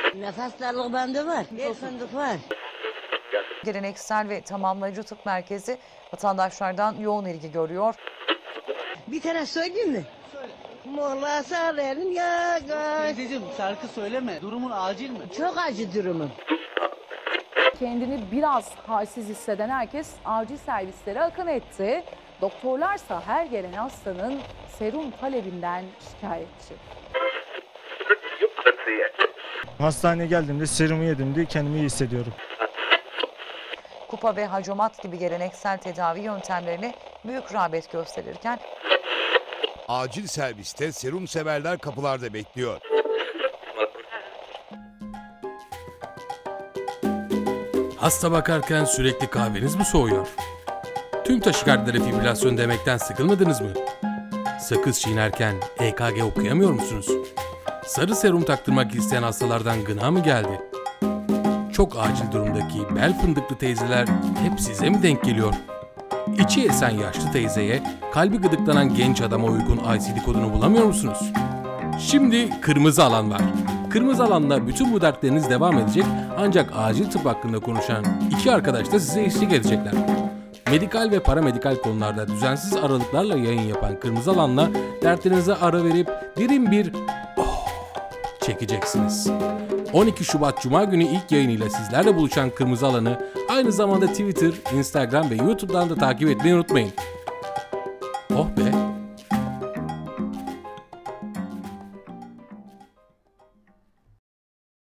Nefes darlığı bende var. Bir fındık var. Geleneksel ve tamamlayıcı tıp merkezi vatandaşlardan yoğun ilgi görüyor. Bir tane söyleyeyim mi? Söyle. Molla sararın ya. Teyzeciğim şarkı söyleme. Durumun acil mi? Çok acı durumum. Kendini biraz halsiz hisseden herkes acil servislere akın etti. Doktorlarsa her gelen hastanın serum talebinden şikayetçi. Hastaneye geldiğimde serumu yediğimde kendimi iyi hissediyorum. Kupa ve hacamat gibi geleneksel tedavi yöntemlerine büyük rağbet gösterirken Acil serviste serum severler kapılarda bekliyor. Hasta bakarken sürekli kahveniz mi soğuyor? Tüm taşikardilere fibrilasyon demekten sıkılmadınız mı? Sakız çiğnerken EKG okuyamıyor musunuz? Sarı serum taktırmak isteyen hastalardan gına mı geldi? Çok acil durumdaki bel fındıklı teyzeler hep size mi denk geliyor? İçi esen yaşlı teyzeye, kalbi gıdıklanan genç adama uygun ICD kodunu bulamıyor musunuz? Şimdi kırmızı alan var. Kırmızı alanla bütün bu dertleriniz devam edecek, ancak acil tıp hakkında konuşan iki arkadaş da size eşlik edecekler. Medikal ve paramedikal konularda düzensiz aralıklarla yayın yapan Kırmızı Alan'la dertlerinize ara verip derin bir çekeceksiniz. 12 Şubat Cuma günü ilk yayınıyla sizlerle buluşan Kırmızı Alan'ı aynı zamanda Twitter, Instagram ve YouTube'dan da takip etmeyi unutmayın. Oh be!